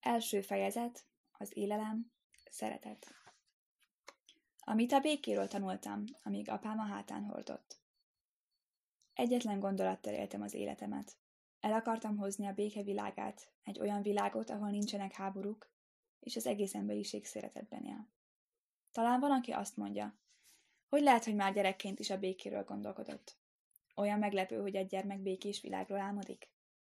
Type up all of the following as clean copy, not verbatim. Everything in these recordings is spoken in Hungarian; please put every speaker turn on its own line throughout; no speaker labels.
Első fejezet, az élelem, szeretet. Amit a békéről tanultam, amíg apám a hátán hordott. Egyetlen gondolattal éltem az életemet. El akartam hozni a béke világát, egy olyan világot, ahol nincsenek háborúk, és az egész emberiség szeretetben él. Talán van, aki azt mondja, hogy lehet, hogy már gyerekként is a békéről gondolkodott. Olyan meglepő, hogy egy gyermek békés világról álmodik.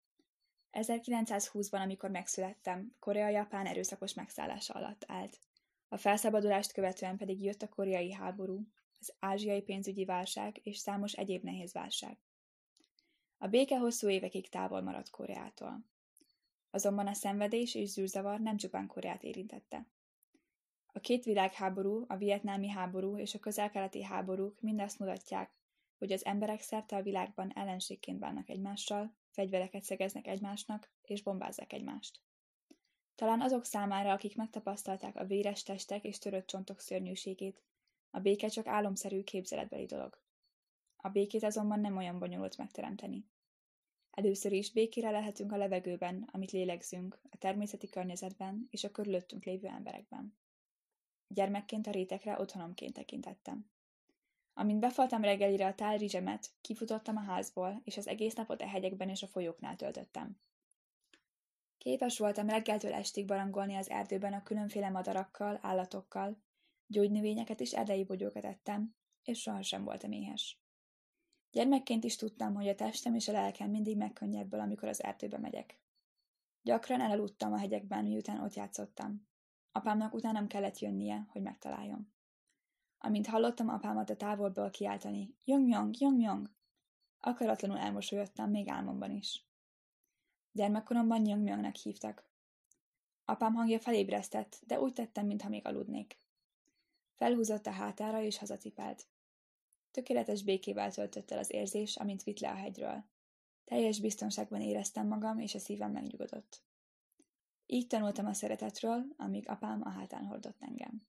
1920-ban, amikor megszülettem, Korea-Japán erőszakos megszállása alatt állt. A felszabadulást követően pedig jött a koreai háború, az ázsiai pénzügyi válság és számos egyéb nehéz válság. A béke hosszú évekig távol maradt Koreától. Azonban a szenvedés és zűrzavar nem csupán Koreát érintette. A két világháború, a vietnámi háború és a közel-keleti háborúk mind azt mutatják, hogy az emberek szerte a világban ellenségként bánnak egymással, fegyvereket szegeznek egymásnak, és bombázzák egymást. Talán azok számára, akik megtapasztalták a véres testek és törött csontok szörnyűségét, a béke csak álomszerű képzeletbeli dolog. A békét azonban nem olyan bonyolult megteremteni. Először is békére lehetünk a levegőben, amit lélegzünk, a természeti környezetben és a körülöttünk lévő emberekben. Gyermekként a rétekre otthonomként tekintettem. Amint befaltam reggelire a tál rizsemet, kifutottam a házból, és az egész napot a hegyekben és a folyóknál töltöttem. Képes voltam reggeltől estig barangolni az erdőben a különféle madarakkal, állatokkal, gyógynövényeket és erdei bogyókat ettem, és sohasem voltam éhes. Gyermekként is tudtam, hogy a testem és a lelkem mindig megkönnyebből, amikor az erdőbe megyek. Gyakran elaludtam a hegyekben, miután ott játszottam. Apámnak utánam kellett jönnie, hogy megtaláljon. Amint hallottam apámat a távolból kiáltani, Jong-myong, Jong-myong, akaratlanul elmosolyodtam, még álmomban is. Gyermekkoromban Jong-myongnak hívtak. Apám hangja felébresztett, de úgy tettem, mintha még aludnék. Felhúzott a hátára és hazacipelt. Tökéletes békével töltött el az érzés, amint vitt le a hegyről. Teljes biztonságban éreztem magam, és a szívem megnyugodott. Így tanultam a szeretetről, amíg apám a hátán hordott engem.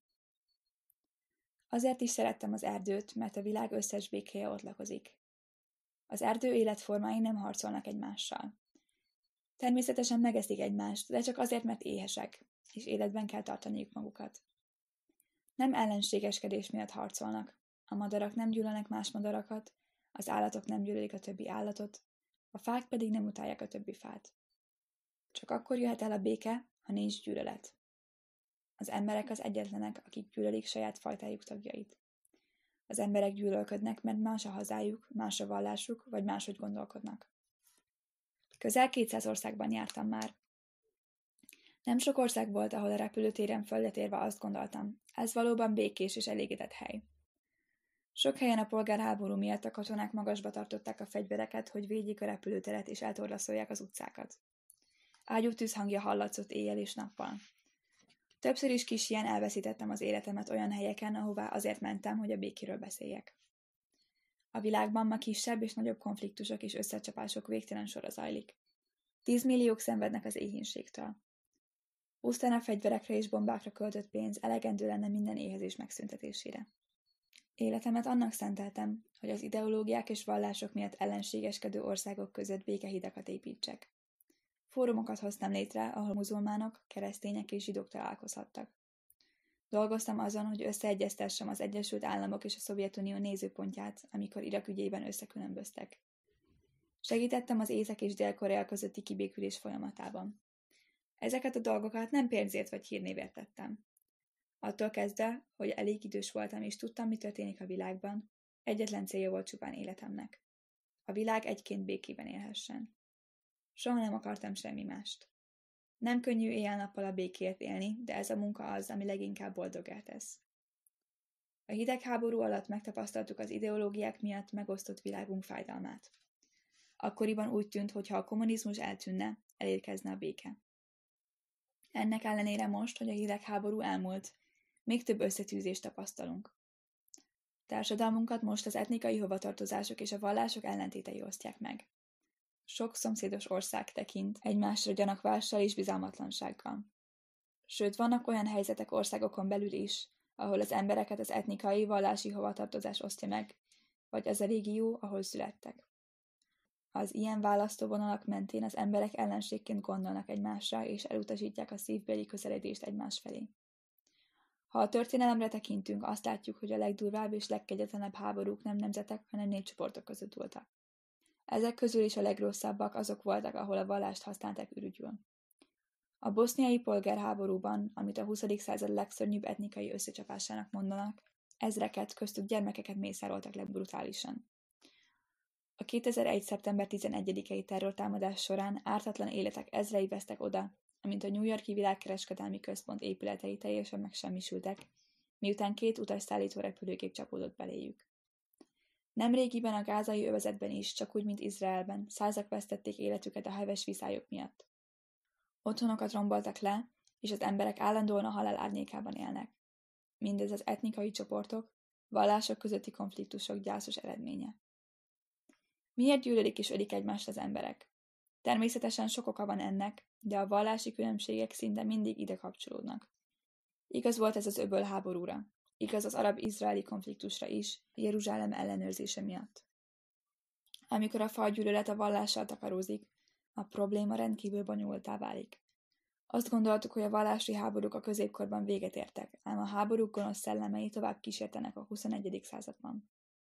Azért is szerettem az erdőt, mert a világ összes békéje ott lakozik. Az erdő életformái nem harcolnak egymással. Természetesen megeszik egymást, de csak azért, mert éhesek, és életben kell tartaniuk magukat. Nem ellenségeskedés miatt harcolnak. A madarak nem gyűlölnek más madarakat, az állatok nem gyűlölik a többi állatot, a fák pedig nem utálják a többi fát. Csak akkor jöhet el a béke, ha nincs gyűlölet. Az emberek az egyetlenek, akik gyűlölik saját fajtájuk tagjait. Az emberek gyűlölködnek, mert más a hazájuk, más a vallásuk, vagy máshogy gondolkodnak. Közel 200 országban jártam már. Nem sok ország volt, ahol a repülőtéren földetérve azt gondoltam, ez valóban békés és elégedett hely. Sok helyen a polgárháború miatt a katonák magasba tartották a fegyvereket, hogy védjék a repülőteret és eltorlaszolják az utcákat. Ágyú tűzhangja hallatszott éjjel és nappal. Többször is kis ilyen elveszítettem az életemet olyan helyeken, ahová azért mentem, hogy a békéről beszéljek. A világban ma kisebb és nagyobb konfliktusok és összecsapások végtelen sora zajlik. 10 milliók szenvednek az éhínségtől. Pusztán a fegyverekre és bombákra költött pénz elegendő lenne minden éhezés megszüntetésére. Életemet annak szenteltem, hogy az ideológiák és vallások miatt ellenségeskedő országok között békehidakat építsek. Fórumokat hoztam létre, ahol muzulmánok, keresztények és zsidók találkozhattak. Dolgoztam azon, hogy összeegyeztessem az Egyesült Államok és a Szovjetunió nézőpontját, amikor Irak ügyében összekülönböztek. Segítettem az Észak- és Dél-Korea közötti kibékülés folyamatában. Ezeket a dolgokat nem pénzért vagy hírnévért tettem. Attól kezdve, hogy elég idős voltam és tudtam, mi történik a világban, egyetlen célja volt csupán életemnek. A világ egyként békében élhessen. Soha nem akartam semmi mást. Nem könnyű éjjel-nappal a békért élni, de ez a munka az, ami leginkább boldoggá tesz. A hidegháború alatt megtapasztaltuk az ideológiák miatt megosztott világunk fájdalmát. Akkoriban úgy tűnt, hogy ha a kommunizmus eltűnne, elérkezne a béke. Ennek ellenére most, hogy a hidegháború elmúlt, még több összetűzést tapasztalunk. Társadalmunkat most az etnikai hovatartozások és a vallások ellentétei osztják meg. Sok szomszédos ország tekint egymásra gyanakvással és bizalmatlansággal. Sőt, vannak olyan helyzetek országokon belül is, ahol az embereket az etnikai, vallási hovatartozás osztja meg, vagy az a régió, ahol születtek. Az ilyen választóvonalak mentén az emberek ellenségként gondolnak egymásra, és elutasítják a szívbeli közeledést egymás felé. Ha a történelemre tekintünk, azt látjuk, hogy a legdurvább és legkegyetlenebb háborúk nem nemzetek, hanem népcsoportok között voltak. Ezek közül is a legrosszabbak azok voltak, ahol a vallást használták ürügyül. A boszniai polgárháborúban, amit a 20. század legszörnyűbb etnikai összecsapásának mondanak, ezreket, köztük gyermekeket mészároltak le brutálisan. A 2001. szeptember 11-i terrortámadás során ártatlan életek ezrei vesztek oda, amint a New York-i világkereskedelmi központ épületei teljesen megsemmisültek, miután 2 utasszállító repülőgép csapódott beléjük. Nemrégiben a gázai övezetben is, csak úgy, mint Izraelben, százak vesztették életüket a heves viszályok miatt. Otthonokat romboltak le, és az emberek állandóan a halál árnyékában élnek. Mindez az etnikai csoportok, vallások közötti konfliktusok gyászos eredménye. Miért gyűlölik és ölik egymást az emberek? Természetesen sok oka van ennek, de a vallási különbségek szinte mindig ide kapcsolódnak. Igaz volt ez az öböl háborúra, igaz az arab-izraeli konfliktusra is, Jeruzsálem ellenőrzése miatt. Amikor a fajgyűlölet a vallással takarózik, a probléma rendkívül bonyolultá válik. Azt gondoltuk, hogy a vallási háborúk a középkorban véget értek, ám a háborúk gonosz szellemei tovább kísértenek a 21. században.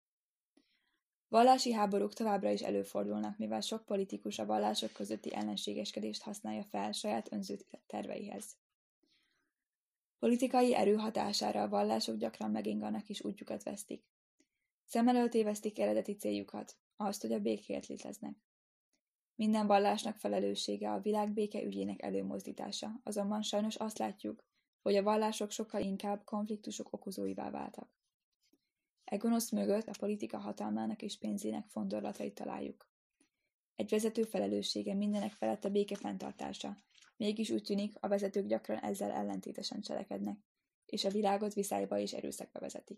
Vallási háborúk továbbra is előfordulnak, mivel sok politikus a vallások közötti ellenségeskedést használja fel saját önző terveihez. Politikai erő hatására a vallások gyakran meginganak és útjukat vesztik. Szem elől tévesztik eredeti céljukat, azt, hogy a békéért léteznek. Minden vallásnak felelőssége a világ béke ügyének előmozdítása, azonban sajnos azt látjuk, hogy a vallások sokkal inkább konfliktusok okozóivá váltak. E gonosz mögött a politika hatalmának és pénzének fondorlatait találjuk. Egy vezető felelőssége mindenek felett a béke fenntartása, mégis úgy tűnik, a vezetők gyakran ezzel ellentétesen cselekednek, és a világot viszályba és erőszakba vezetik.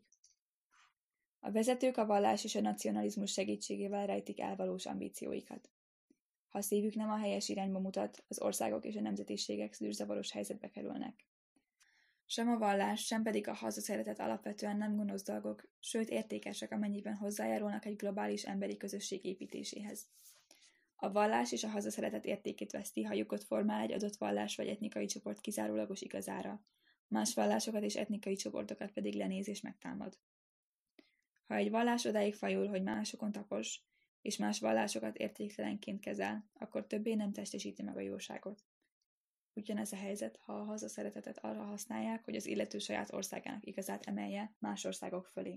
A vezetők a vallás és a nacionalizmus segítségével rejtik el valós ambícióikat. Ha a szívük nem a helyes irányba mutat, az országok és a nemzetiségek zűrzavaros helyzetbe kerülnek. Sem a vallás, sem pedig a hazaszeretet alapvetően nem gonosz dolgok, sőt értékesek, amennyiben hozzájárulnak egy globális emberi közösség építéséhez. A vallás és a hazaszeretet értékét veszti, ha lyukot formál egy adott vallás vagy etnikai csoport kizárólagos igazára, más vallásokat és etnikai csoportokat pedig lenéz és megtámad. Ha egy vallás odáig fajul, hogy másokon tapos, és más vallásokat értéktelenként kezel, akkor többé nem testesíti meg a jóságot. Ugyanez a helyzet, ha a hazaszeretetet arra használják, hogy az illető saját országának igazát emelje más országok fölé.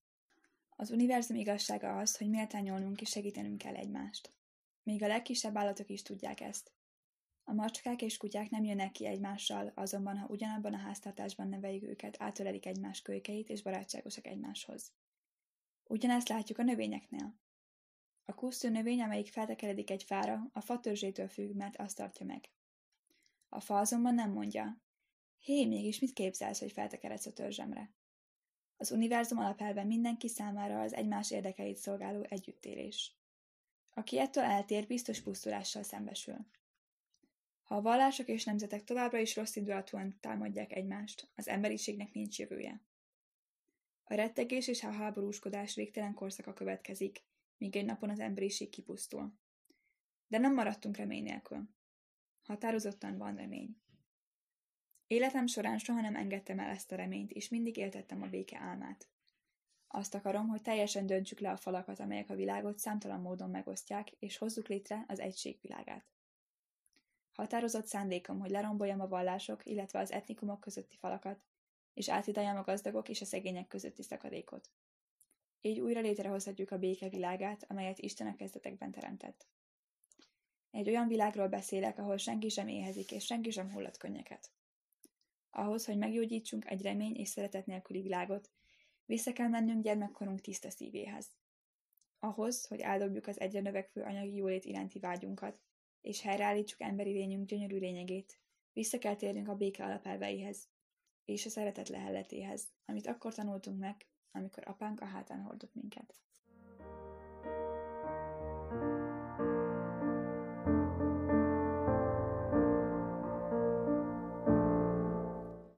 Az univerzum igazsága az, hogy méltányolnunk és segítenünk kell egymást. Még a legkisebb állatok is tudják ezt. A macskák és kutyák nem jönnek ki egymással, azonban ha ugyanabban a háztartásban neveljük őket, átölelik egymás kölykeit és barátságosak egymáshoz. Ugyanezt látjuk a növényeknél. A kusztő növény, amelyik feltekeredik egy fára, a fa törzsétől függ, mert azt tartja meg. A fa azonban nem mondja, hé, mégis mit képzelsz, hogy feltekeredsz a törzsemre? Az univerzum alapelve mindenki számára az egymás érdekeit szolgáló együttélés. Aki ettől eltér, biztos pusztulással szembesül. Ha a vallások és nemzetek továbbra is rosszindulatúan támadják egymást, az emberiségnek nincs jövője. A rettegés és a háborúskodás végtelen korszaka következik, míg egy napon az emberiség kipusztul. De nem maradtunk remény nélkül. Határozottan van remény. Életem során soha nem engedtem el ezt a reményt, és mindig éltettem a béke álmát. Azt akarom, hogy teljesen döntsük le a falakat, amelyek a világot számtalan módon megosztják, és hozzuk létre az egység világát. Határozott szándékom, hogy leromboljam a vallások, illetve az etnikumok közötti falakat, és áthidaljam a gazdagok és a szegények közötti szakadékot. Így újra létrehozhatjuk a béke világát, amelyet Isten a kezdetekben teremtett. Egy olyan világról beszélek, ahol senki sem éhezik, és senki sem hullat könnyeket. Ahhoz, hogy meggyógyítsunk egy remény és szeretet nélküli világot, vissza kell mennünk gyermekkorunk tiszta szívéhez. Ahhoz, hogy eldobjuk az egyre növekvő anyagi jólét iránti vágyunkat, és helyreállítsuk emberi lényünk gyönyörű lényegét, vissza kell térnünk a béke alapelveihez, és a szeretet lehelletéhez, amit akkor tanultunk meg, amikor apánk a hátán hordott minket.